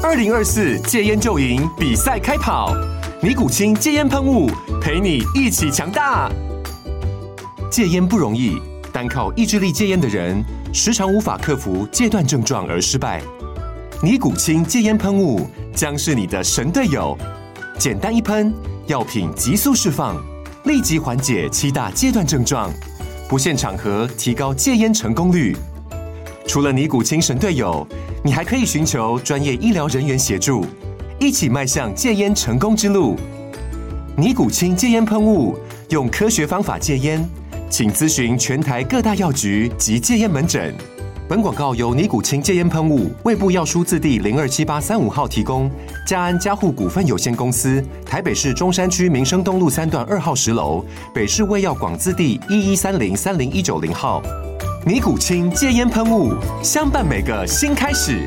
2024戒烟就赢比赛开跑，尼古清戒烟喷雾陪你一起强大。戒烟不容易，单靠意志力戒烟的人，时常无法克服戒断症状而失败。尼古清戒烟喷雾将是你的神队友，简单一喷，药品急速释放，立即缓解7大戒断症状，不限场合提高戒烟成功率。除了尼古清神队友，你还可以寻求专业医疗人员协助，一起迈向戒烟成功之路。尼古清戒烟喷雾，用科学方法戒烟，请咨询全台各大药局及戒烟门诊。本广告由尼古清戒烟喷雾、卫部药书字第027835号提供，嘉安嘉护股份有限公司，台北市中山区民生东路3段2号10楼，北市卫药广字第1130-30190号。尼古清戒烟喷雾，相伴每个新开始。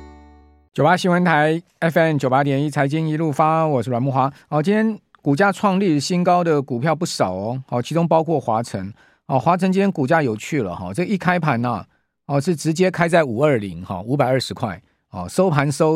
98新闻台 FM 98.1财经一路发，我是阮慕骅。今天股价创历史新高的股票不少哦，其中包括华晨。华晨今天股价有趣了这一开盘是直接开在520 520块收盘收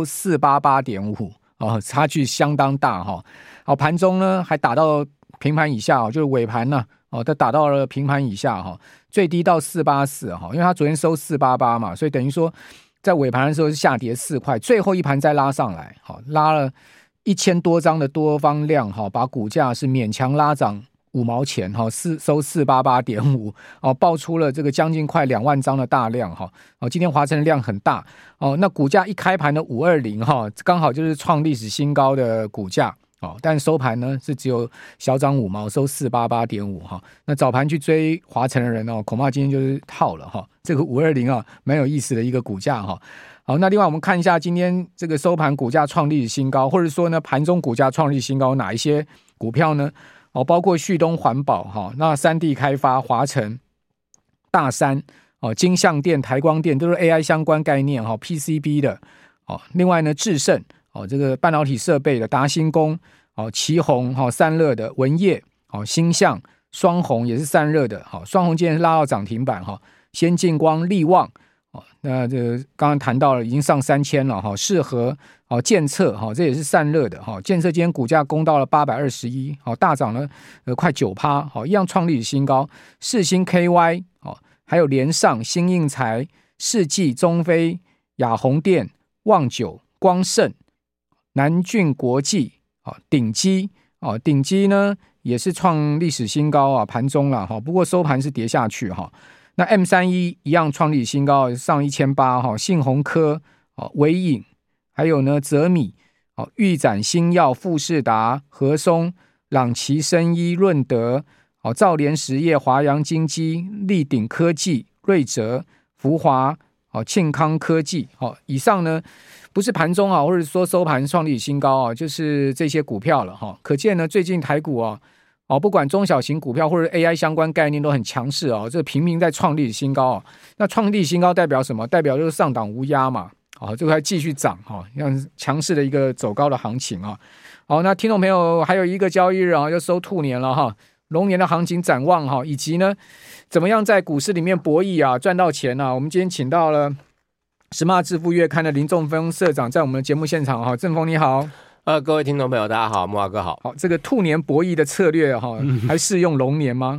488.5 差距相当大盘中呢还打到平盘以下就是尾盘它打到了平盘以下最低到484因为它昨天收488嘛，所以等于说在尾盘的时候是下跌4块，最后一盘再拉上来拉了1000多张的多方量把股价是勉强拉涨5毛钱收 488.5 爆出了这个将近快2万张的大量今天华晨的量很大那股价一开盘的520刚好就是创历史新高的股价但收盘呢是只有小涨5毛，收 488.5 那早盘去追华晨的人恐怕今天就是套了这个520蛮有意思的一个股价好，那另外我们看一下今天这个收盘股价创历史新高，或者说呢盘中股价创历史新高哪一些股票呢包括旭东环保那三地开发、华晨、大山金像电、台光电都是 AI 相关概念PCB 的另外呢智胜这个半导体设备的达新工奇宏散热的文业星象双宏也是散热的双宏今天是拉到涨停板先进光力旺那这个刚刚谈到了已经上3000了适合建策这也是散热的建策今天股价攻到了821大涨了快 9% 一样创历史新高。世芯 KY 还有联上、新应材、世纪、中菲、亚宏电、旺九、光盛、南俊国际鼎基鼎基呢也是创历史新高盘中了不过收盘是跌下去那 M31 一样创历史新高，上1800信鸿科微影还有呢泽米裕展新药、富士达、和松、朗奇生医、润德兆联实业、华阳金基、立鼎科技、瑞哲、福华庆康科技以上呢不是盘中或者说收盘创历史新高就是这些股票了可见呢最近台股不管中小型股票或者 AI 相关概念都很强势这频频在创历史新高那创历史新高代表什么？代表就是上档无压嘛这个还继续涨像强势的一个走高的行情那听众朋友还有一个交易日要收兔年了龙年的行情展望以及呢怎么样在股市里面博弈赚到钱我们今天请到了Smart 致富月刊的林仲峰社长在我们的节目现场正峰你好。 各位听众朋友大家好，慕骅哥好。 这个兔年博弈的策略还适用龙年吗？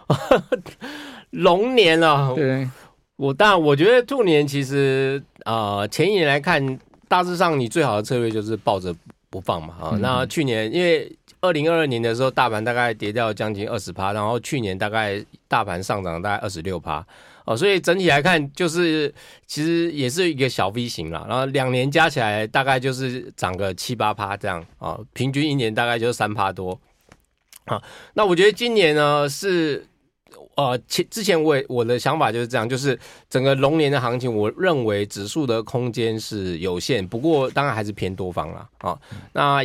龙年对， 我觉得兔年其实前一年来看，大致上你最好的策略就是抱着不放嘛那去年因为2022年的时候大盘大概跌掉将近 20%， 然后去年大概大盘上涨大概 26%所以整体来看就是其实也是一个小 V 型啦，然后2年加起来大概就是涨个 7-8% 这样平均一年大概就是 3% 多那我觉得今年呢是之前我的想法就是这样，就是整个龙年的行情我认为指数的空间是有限，不过当然还是偏多方啦那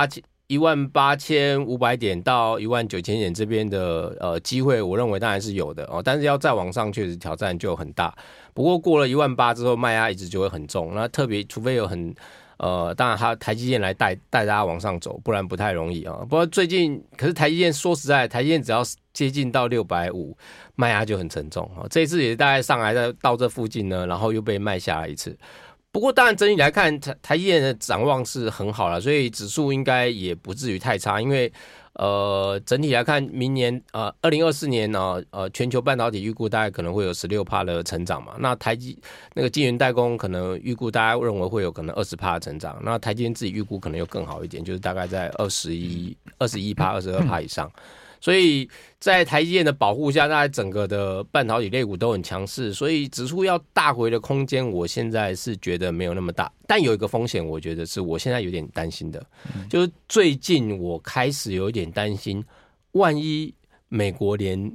18500点到19000点这边的机会我认为当然是有的但是要再往上确实挑战就很大，不过过了18000之后卖压一直就会很重，那特别除非有很当然它台积电来带大家往上走，不然不太容易不过最近可是台积电说实在，台积电只要接近到650卖压就很沉重这一次也大概上来到这附近呢，然后又被卖下来一次， 不过当然整体来看，台积电的展望是很好了，所以指数应该也不至于太差，因为整体来看，明年2024年呢，全球半导体预估大概可能会有16%的成长嘛。那那个晶圆代工可能预估大家认为会有可能20%的成长，那台积电自己预估可能又更好一点，就是大概在21%、22%以上。所以在台积电的保护下，大概整个的半导体类股都很强势，所以指数要大回的空间，我现在是觉得没有那么大。但有一个风险，我觉得是我现在有点担心的，就是最近我开始有一点担心，万一美国连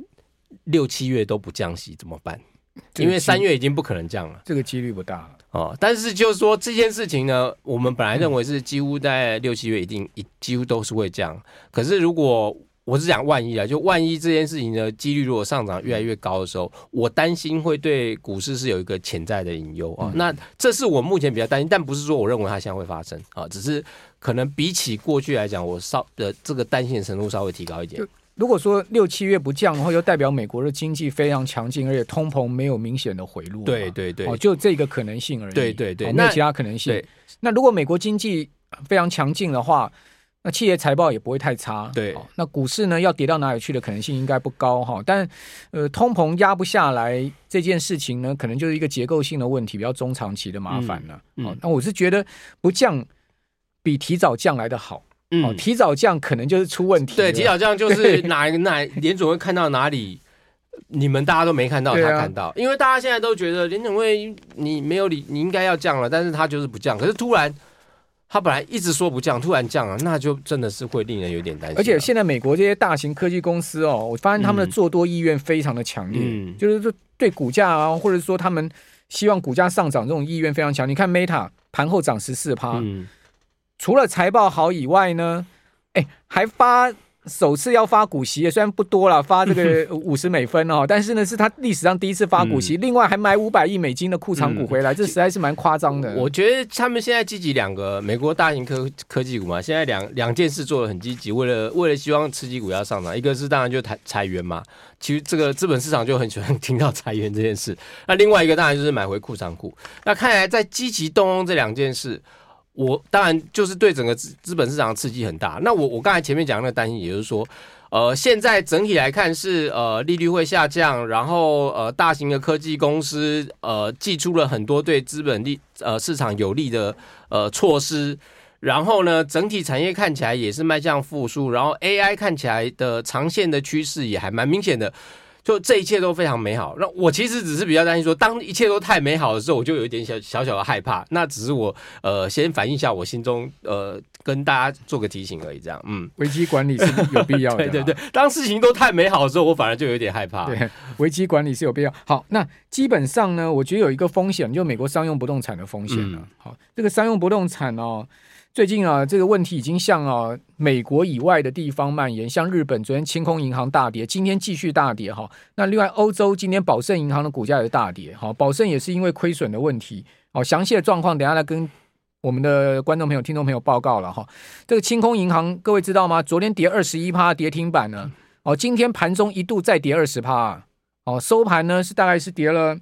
6、7月都不降息怎么办？因为3月已经不可能降了， 这个几率不大哦。但是就是说这件事情呢，我们本来认为是几乎在6、7月几乎都是会降，可是如果我是讲万一啊，就万一这件事情的几率如果上涨越来越高的时候，我担心会对股市是有一个潜在的隐忧啊。那这是我目前比较担心，但不是说我认为它现在会发生啊，只是可能比起过去来讲，我这个担心的程度稍微提高一点。 如果说6、7月不降的话，就代表美国的经济非常强劲，而且通膨没有明显的回落。 对对对， 就这个可能性而已。 对对对， 没有其他可能性。那如果美国经济非常强劲的话，那企业财报也不会太差， 对。 那股市呢，要跌到哪里去的可能性应该不高哈。但通膨压不下来这件事情呢，可能就是一个结构性的问题，比较中长期的麻烦了。那我是觉得不降比提早降来的好。提早降可能就是出问题。 对，提早降就是哪联准会看到哪里，你们大家都没看到，他看到，因为大家现在都觉得联准会你没有理，你应该要降了，但是他就是不降，可是突然。他本来一直说不降，突然降了，那就真的是会令人有点担心。 而且现在美国这些大型科技公司我发现他们的做多意愿非常的强烈，就是说对股价啊，或者说他们希望股价上涨这种意愿非常强。你看 Meta 盘后涨14%，除了财报好以外呢，还首次要发股息，虽然不多了，发这个50美分但是呢是他历史上第一次发股息，另外还买500亿美金的库藏股回来，这实在是蛮夸张的。 我觉得他们现在积极两个美国大型科技股嘛，现在两件事做得很积极，为了希望刺激股价上涨，一个是当然就裁员嘛，其实这个资本市场就很喜欢听到裁员这件事，那另外一个当然就是买回库藏股。那看来在积极动用这两件事，我当然就是对整个资本市场的刺激很大。那我刚才前面讲的那个担心，也就是说，现在整体来看是利率会下降，然后大型的科技公司祭出了很多对资本市场有利的措施，然后呢，整体产业看起来也是迈向复苏，然后 AI 看起来的长线的趋势也还蛮明显的。就这一切都非常美好，那我其实只是比较担心说，当一切都太美好的时候，我就有一点小的害怕。那只是我先反映一下我心中跟大家做个提醒而已，这样。 危机管理是有必要的。 对，当事情都太美好的时候，我反而就有点害怕。 对，危机管理是有必要。好，那基本上呢，我觉得有一个风险，就美国商用不动产的风险了。好，这个商用不动产最近这个问题已经向美国以外的地方蔓延，像日本昨天清空银行大跌，今天继续大跌哈。那另外欧洲今天宝盛银行的股价也大跌，好，宝盛也是因为亏损的问题，详细的状况等一下来跟我们的观众朋友、听众朋友报告了哈。这个清空银行各位知道吗？昨天跌21%，跌停板呢。今天盘中一度再跌20%，收盘呢大概是跌了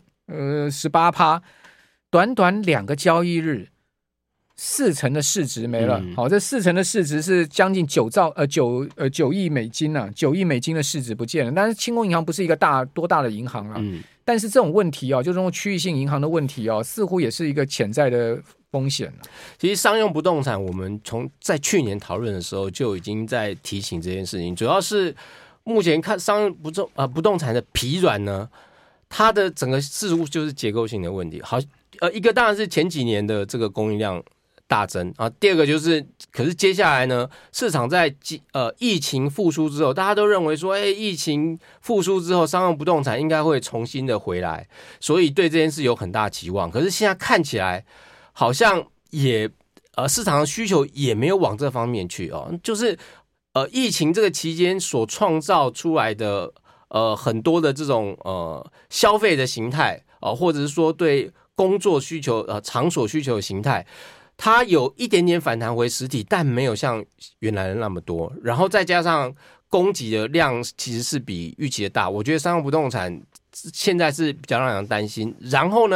18%，短短2个交易日。40%的市值没了，好，这40%的市值是将近9亿美金啊，9亿美金的市值不见了。但是清空银行不是一个多大的银行啊，但是这种问题就这种区域性银行的问题似乎也是一个潜在的风险。 其实商用不动产，我们在去年讨论的时候就已经在提醒这件事情，主要是目前看商用不动产的疲软呢，它的整个事物就是结构性的问题。好，一个当然是前几年的这个供应量大增啊，第二个就是，可是接下来呢，市场在疫情复苏之后，大家都认为说，疫情复苏之后，商用不动产应该会重新的回来，所以对这件事有很大期望。可是现在看起来，好像也市场的需求也没有往这方面去就是疫情这个期间所创造出来的很多的这种消费的形态或者是说对工作需求场所需求的形态。它有一点点反弹回实体，但没有像原来的那么多。然后再加上供给的量其实是比预期的大，我觉得商用不动产现在是比较让人担心。然后呢，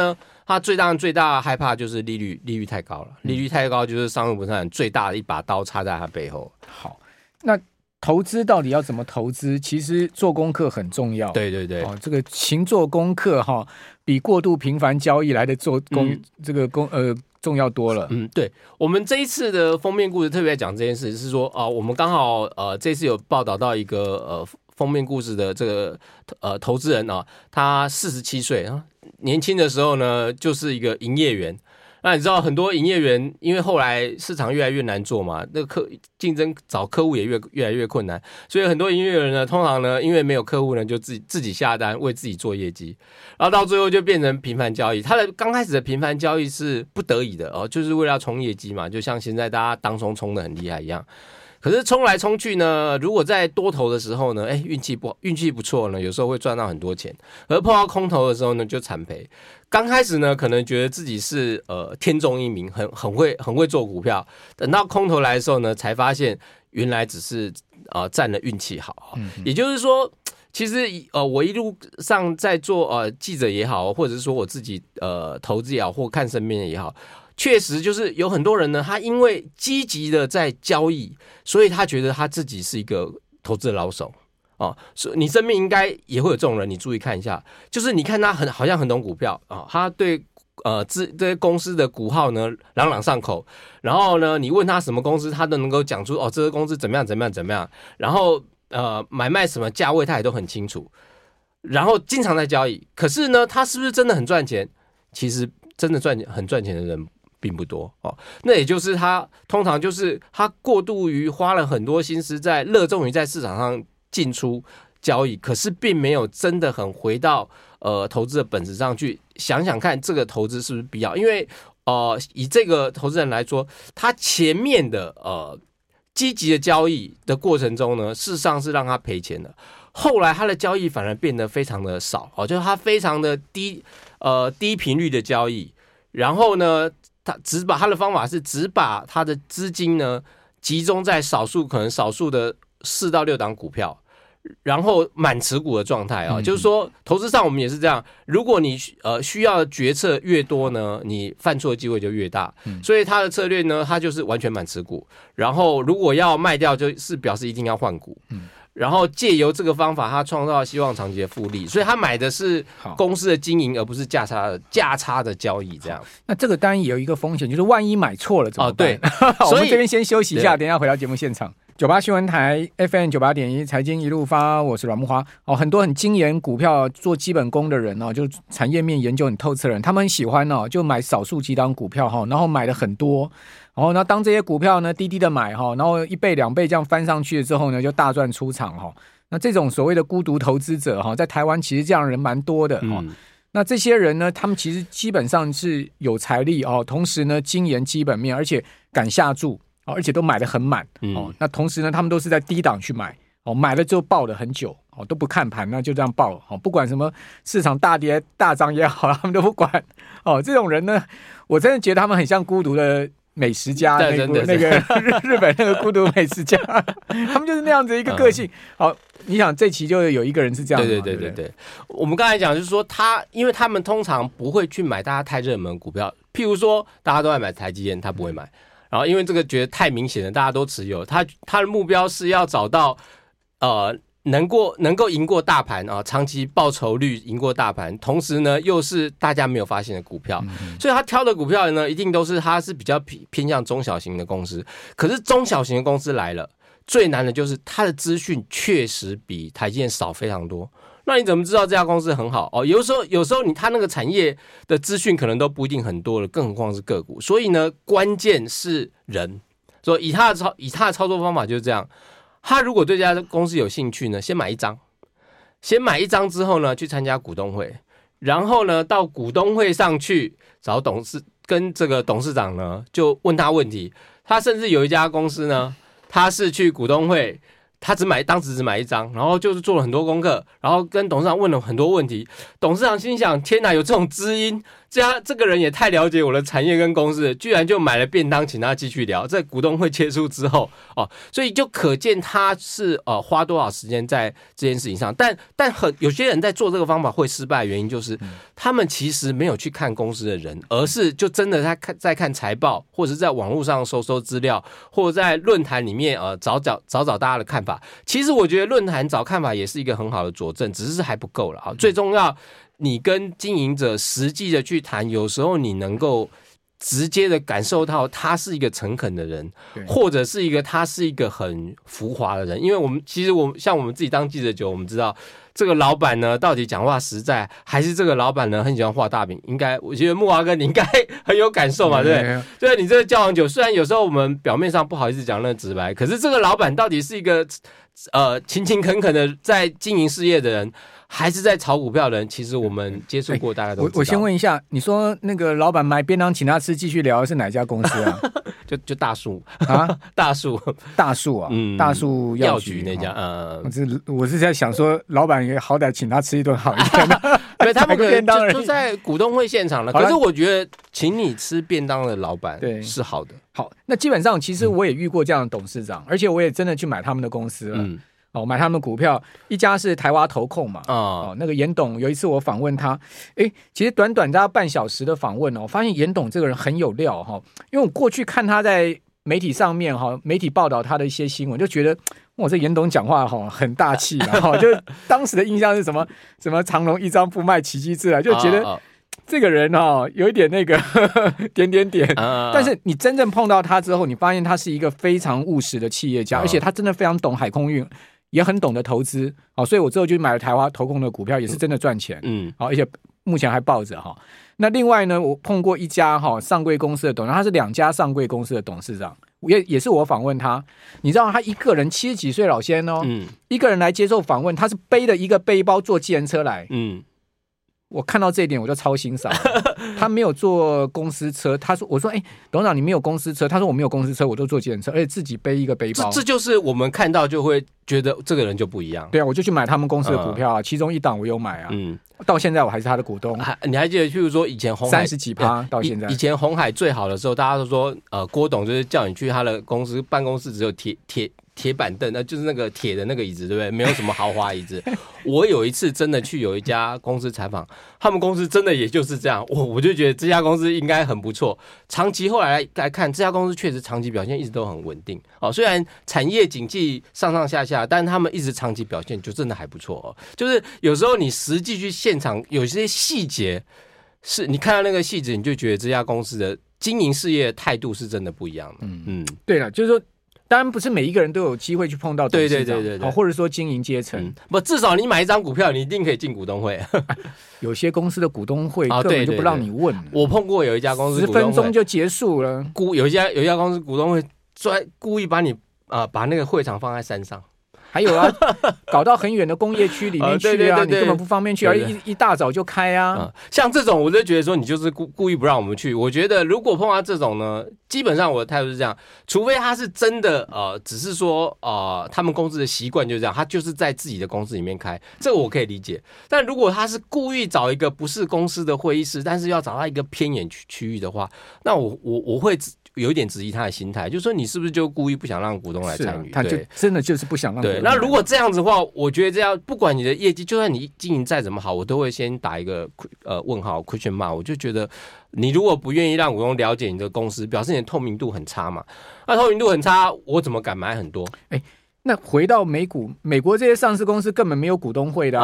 它最大的害怕就是利率太高了，利率太高就是商务不动产最大的一把刀插在它背后。 好，那投资到底要怎么投资？其实做功课很重要。 对对对， 这个勤做功课比过度频繁交易来的重要多了。 对，我们这一次的封面故事特别讲这件事，是说我们刚好这次有报道到一个封面故事的这个投资人他47岁年轻的时候呢就是一个营业员。那你知道很多营业员，因为后来市场越来越难做嘛，那个竞争找客户也越来越困难，所以很多营业员呢，通常呢，因为没有客户呢，就自己下单为自己做业绩，然后到最后就变成频繁交易。他的刚开始的频繁交易是不得已的就是为了要冲业绩嘛，就像现在大家当冲冲的很厉害一样。可是冲来冲去呢，如果在多头的时候呢，运气不错呢，有时候会赚到很多钱；而碰到空头的时候呢，就惨赔。刚开始呢，可能觉得自己是天纵英明，很会做股票。等到空头来的时候呢，才发现原来只是占了运气好。也就是说，其实我一路上在做记者也好，或者是说我自己投资也好，或看身边的也好。确实就是有很多人呢，他因为积极的在交易，所以他觉得他自己是一个投资的老手所以你身边应该也会有这种人，你注意看一下，就是你看他好像很懂股票他对这些公司的股号呢朗朗上口，然后呢你问他什么公司，他都能够讲出这个公司怎么样，然后买卖什么价位他也都很清楚，然后经常在交易。可是呢，他是不是真的很赚钱？其实真的很赚钱的人并不多那也就是他通常就是他过度于花了很多心思在热衷于在市场上进出交易，可是并没有真的很回到投资的本质上去想想看这个投资是不是必要。因为以这个投资人来说，他前面的积极的交易的过程中呢，事实上是让他赔钱的。后来他的交易反而变得非常的少就是他非常的低频率的交易，然后呢他的方法是只把他的资金呢集中在可能少数的4到6档股票，然后满持股的状态就是说投资上我们也是这样，如果你需要的决策越多呢，你犯错的机会就越大，所以他的策略呢，他就是完全满持股，然后如果要卖掉，就是表示一定要换股。然后借由这个方法，他创造希望长期的复利，所以他买的是公司的经营，而不是价差的交易。这样， 那这个当然也有一个风险，就是万一买错了怎么办？对，我们这边先休息一下，等一下回到节目现场。98新闻台 FM 98.1财经一路发，我是阮慕骅很多很精研股票做基本功的人就产业面研究很透彻的人，他们很喜欢就买少数几档股票然后买的很多。那当这些股票呢低低的买然后1倍2倍这样翻上去了之后呢，就大赚出场那这种所谓的孤独投资者在台湾其实这样的人蛮多的那这些人呢，他们其实基本上是有财力同时呢精研基本面，而且敢下注而且都买得很满那同时呢，他们都是在低档去买买了之后抱了很久都不看盘，那就这样抱不管什么市场大跌大涨也好，他们都不管这种人呢，我真的觉得他们很像孤独的美食家，那个日本那个孤独美食家他们就是那样子一个个性你想这期就有一个人是这样的， 对，我们刚才讲就是说因为他们通常不会去买大家太热门的股票，譬如说大家都在买台积电，他不会买，然后因为这个觉得太明显了，大家都持有，他的目标是要找到能够赢过大盘长期报酬率赢过大盘，同时呢又是大家没有发现的股票，所以他挑的股票呢一定都是他是比较偏向中小型的公司。可是中小型的公司来了，最难的就是他的资讯确实比台积电少非常多。那你怎么知道这家公司很好有时候他那个产业的资讯可能都不一定很多了，更何况是个股。所以呢，关键是人。所以以他的操作方法就是这样。他如果对这家公司有兴趣呢，先买一张之后呢，去参加股东会，然后呢，到股东会上去找跟这个董事长呢，就问他问题。他甚至有一家公司呢，他是去股东会，他当时只买一张，然后就是做了很多功课，然后跟董事长问了很多问题。董事长心想：天哪，有这种知音， 这个人也太了解我的产业跟公司了，居然就买了便当请他继续聊，在股东会结束之后所以就可见他是花多少时间在这件事情上。但有些人在做这个方法会失败的原因就是他们其实没有去看公司的人，而是就真的在看财报，或者是在网络上搜资料，或者在论坛里面找大家的看法。其实我觉得论坛找看法也是一个很好的佐证，只是还不够了最重要你跟经营者实际的去谈，有时候你能够直接的感受到他是一个诚恳的人，或者是他是一个很浮华的人。因为其实像我们自己当记者久，我们知道这个老板呢到底讲话实在，还是这个老板呢很喜欢画大饼。我觉得木华哥你应该很有感受嘛，对不对？对，你这个交往久，虽然有时候我们表面上不好意思讲那直白，可是这个老板到底是一个勤勤恳恳的在经营事业的人，还是在炒股票的人，其实我们接触过，大家都知道。 我先问一下，你说那个老板买便当请他吃继续聊的是哪家公司啊？ 就大树啊， 大树啊，大树药局那家我是在想说，老板也好歹请他吃一顿好一点的。 对，他们可能就在股东会现场了。可是我觉得请你吃便当的老板是好的。 好，那基本上其实我也遇过这样的董事长，而且我也真的去买他们的公司了。买他们股票，一家是台湾投控嘛，那个严董有一次我访问他，其实短大概半小时的访问我发现严董这个人很有料因为我过去看他在媒体上面媒体报道他的一些新闻，就觉得这严董讲话很大气就当时的印象是什么长荣一张不卖奇迹自来，就觉得这个人有一点那个点，但是你真正碰到他之后，你发现他是一个非常务实的企业家，而且他真的非常懂海空运，也很懂得投资所以我之后就买了台湾投控的股票，也是真的赚钱而且目前还抱着那另外呢，我碰过一家上柜公司的董事长，他是2家上柜公司的董事长，也是我访问他，你知道他一个人70几岁老先一个人来接受访问，他是背了一个背包坐计程车来我看到这一点我就超欣赏他没有坐公司车，我说董事长你没有公司车，他说我没有公司车，我都坐计程车，而且自己背一个背包。 这就是我们看到就会觉得这个人就不一样。 对啊，我就去买他们公司的股票其中一档我有买到现在我还是他的股东。 你还记得譬如说以前鸿海 30几%到现在， 以前鸿海最好的时候，大家都说郭董就是叫你去他的公司办公室只有铁板凳，就是那个铁的那个椅子，对不对？没有什么豪华椅子。我有一次真的去有一家公司采访，他们公司真的也就是这样，我就觉得这家公司应该很不错。长期后来看，这家公司确实长期表现一直都很稳定虽然产业景气上下，但他们一直长期表现就真的还不错就是有时候你实际去现场，有些细节是你看到那个细节，你就觉得这家公司的经营事业态度是真的不一样的。 对了，就是说。当然不是每一个人都有机会去碰到董事长，对，或者说经营阶层不，至少你买一张股票，你一定可以进股东会。 有些公司的股东会根本就不让你问。 我碰过有一家公司股东会 10分钟就结束了。 有一家公司股东会故意把你把那个会场放在山上。 还有搞到很远的工业区里面去你根本不方便去，而一大早就开像这种我就觉得说你就是故意不让我们去。我觉得如果碰到这种呢，基本上我的态度是这样，除非他是真的只是说他们公司的习惯就是这样，他就是在自己的公司里面开，这个我可以理解。但如果他是故意找一个不是公司的会议室，但是要找到一个偏远区域的话，那我会有一点质疑他的心态，就是说你是不是就故意不想让股东来参与？ 他就真的就是不想让股东来。 对，那如果这样子的话，我觉得这样不管你的业绩，就算你经营再怎么好，我都会先打一个问号 question mark。我就觉得你如果不愿意让股东了解你的公司，表示你的透明度很差嘛。那透明度很差，我怎么敢买很多？ 那回到美股，美国这些上市公司根本没有股东会的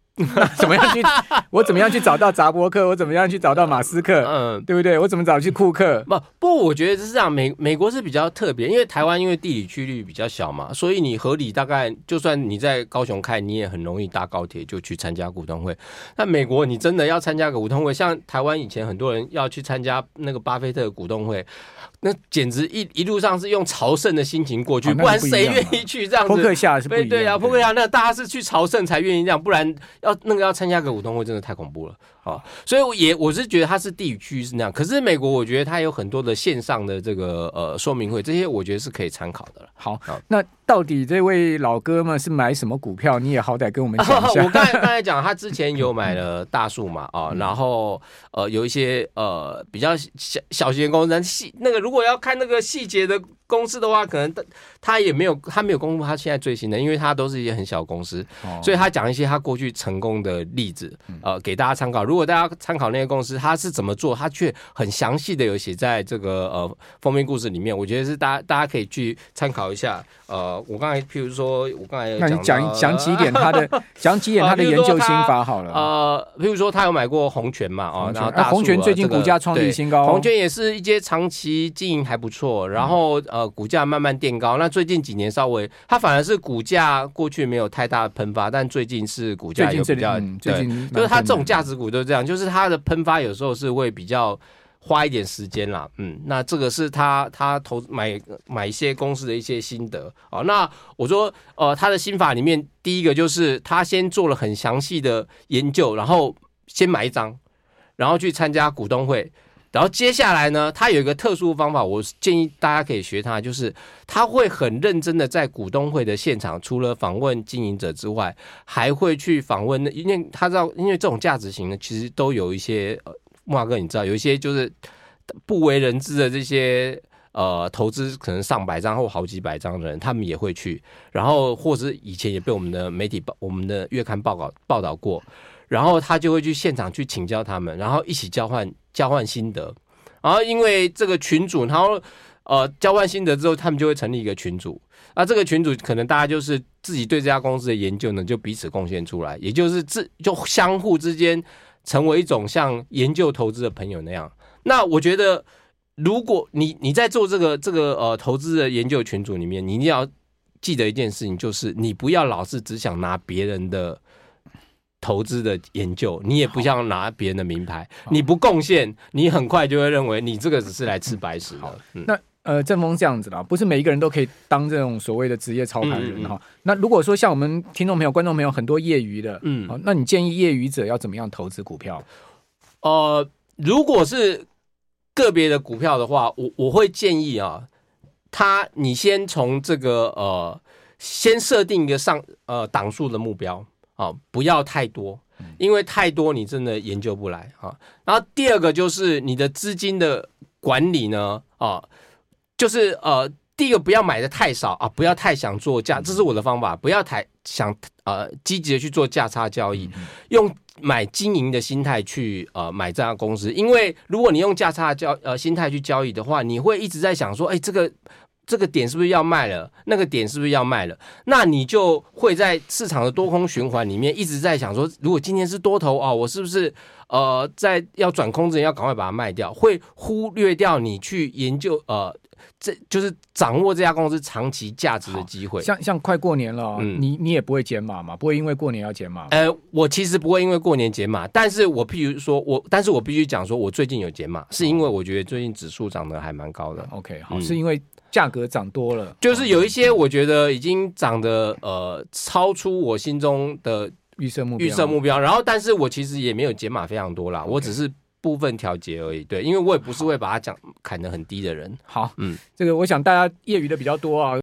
我怎么样去找到扎伯克？我怎么样去找到马斯克？对不对？我怎么找去库克？ 不，我觉得是这样。美国是比较特别，因为台湾因为地理区域比较小嘛，所以你合理大概就算你在高雄开，你也很容易搭高铁就去参加股东会。那美国你真的要参加个股东会，像台湾以前很多人要去参加那个巴菲特的股东会，那简直一路上是用朝圣的心情过去，不然谁愿意去这样子？ 扑克夏是不一样。 对啊，扑克夏那大家是去朝圣才愿意这样，不然要参加个股东会真的太恐怖了。 所以我是觉得它是地域区是那样，可是美国我觉得它有很多的线上的这个说明会，这些我觉得是可以参考的了。 好，那到底这位老哥们是买什么股票？你也好歹跟我们讲一下。 我刚才讲，他之前有买了大树嘛，然后有一些比较小型的公司，那个如果要看那个细节的公司的话，可能他没有公布他现在最新的，因为他都是一些很小的公司，所以他讲一些他过去成功的例子，给大家参考。如果大家参考那些公司他是怎么做，他却很详细的有写在这个封面故事里面，我觉得是大家可以去参考一下。我刚才譬如说，我刚才有那你讲几点他的研究心法好了。 譬如说他有买过红泉嘛，然后红泉最近股价创立新高， 红泉也是一些长期经营还不错，然后股价慢慢垫高。那最近几年稍微，它反而是股价过去没有太大的喷发，但最近是股价有比较，对，就是它这种价值股都是这样，就是它的喷发有时候是会比较花一点时间啦，那这个是他买一些公司的一些心得啊。那我说，他的心法里面，第一个就是他先做了很详细的研究，然后先买一张，然后去参加股东会。然后接下来呢，他有一个特殊方法，我建议大家可以学他，就是他会很认真的在股东会的现场，除了访问经营者之外，还会去访问，因为他知道，因为这种价值型呢，其实都有一些木华哥，你知道有一些就是不为人知的这些投资可能上百张或好几百张的人，他们也会去，然后或者是以前也被我们的媒体、我们的月刊报道过。然后他就会去现场去请教他们，然后一起交换心得。然后因为这个群组，然后交换心得之后，他们就会成立一个群组。那这个群组可能大家就是自己对这家公司的研究呢，就彼此贡献出来，也就是就相互之间成为一种像研究投资的朋友那样。那我觉得，如果你在做这个投资的研究群组里面，你一定要记得一件事情，就是你不要老是只想拿别人的投资的研究，你也不想拿别人的名牌，你不贡献，你很快就会认为你这个只是来吃白食的。 那正峰这样子啦，不是每一个人都可以当这种所谓的职业操盘人哈。那如果说像我们听众朋友、观众朋友很多业余的，那你建议业余者要怎么样投资股票？ 如果是个别的股票的话，我会建议啊，你先从这个先设定一个档数的目标。不要太多，因为太多你真的研究不来啊。然后第二个就是你的资金的管理呢，就是第一个不要买的太少啊，不要太想做价，这是我的方法，不要太想积极的去做价差交易，用买经营的心态去买这家公司，因为如果你用价差心态去交易的话，你会一直在想说，这个点是不是要卖了？那个点是不是要卖了？那你就会在市场的多空循环里面一直在想说，如果今天是多头我是不是在要转空之前要赶快把它卖掉？会忽略掉你去研究这就是掌握这家公司长期价值的机会。 像快过年了，你也不会减码嘛？不会因为过年要减码？ 我其实不会因为过年减码，但是我譬如说但是我必须讲说，我最近有减码，是因为我觉得最近指数涨得还蛮高的。 OK， 好，是因为价格涨多了， 就是有一些我觉得已经涨得超出我心中的预设目标，然后但是我其实也没有减码非常多啦，我只是部分调节而已。对，因为我也不是会把它砍得很低的人。 好，这个我想大家业余的比较多啊。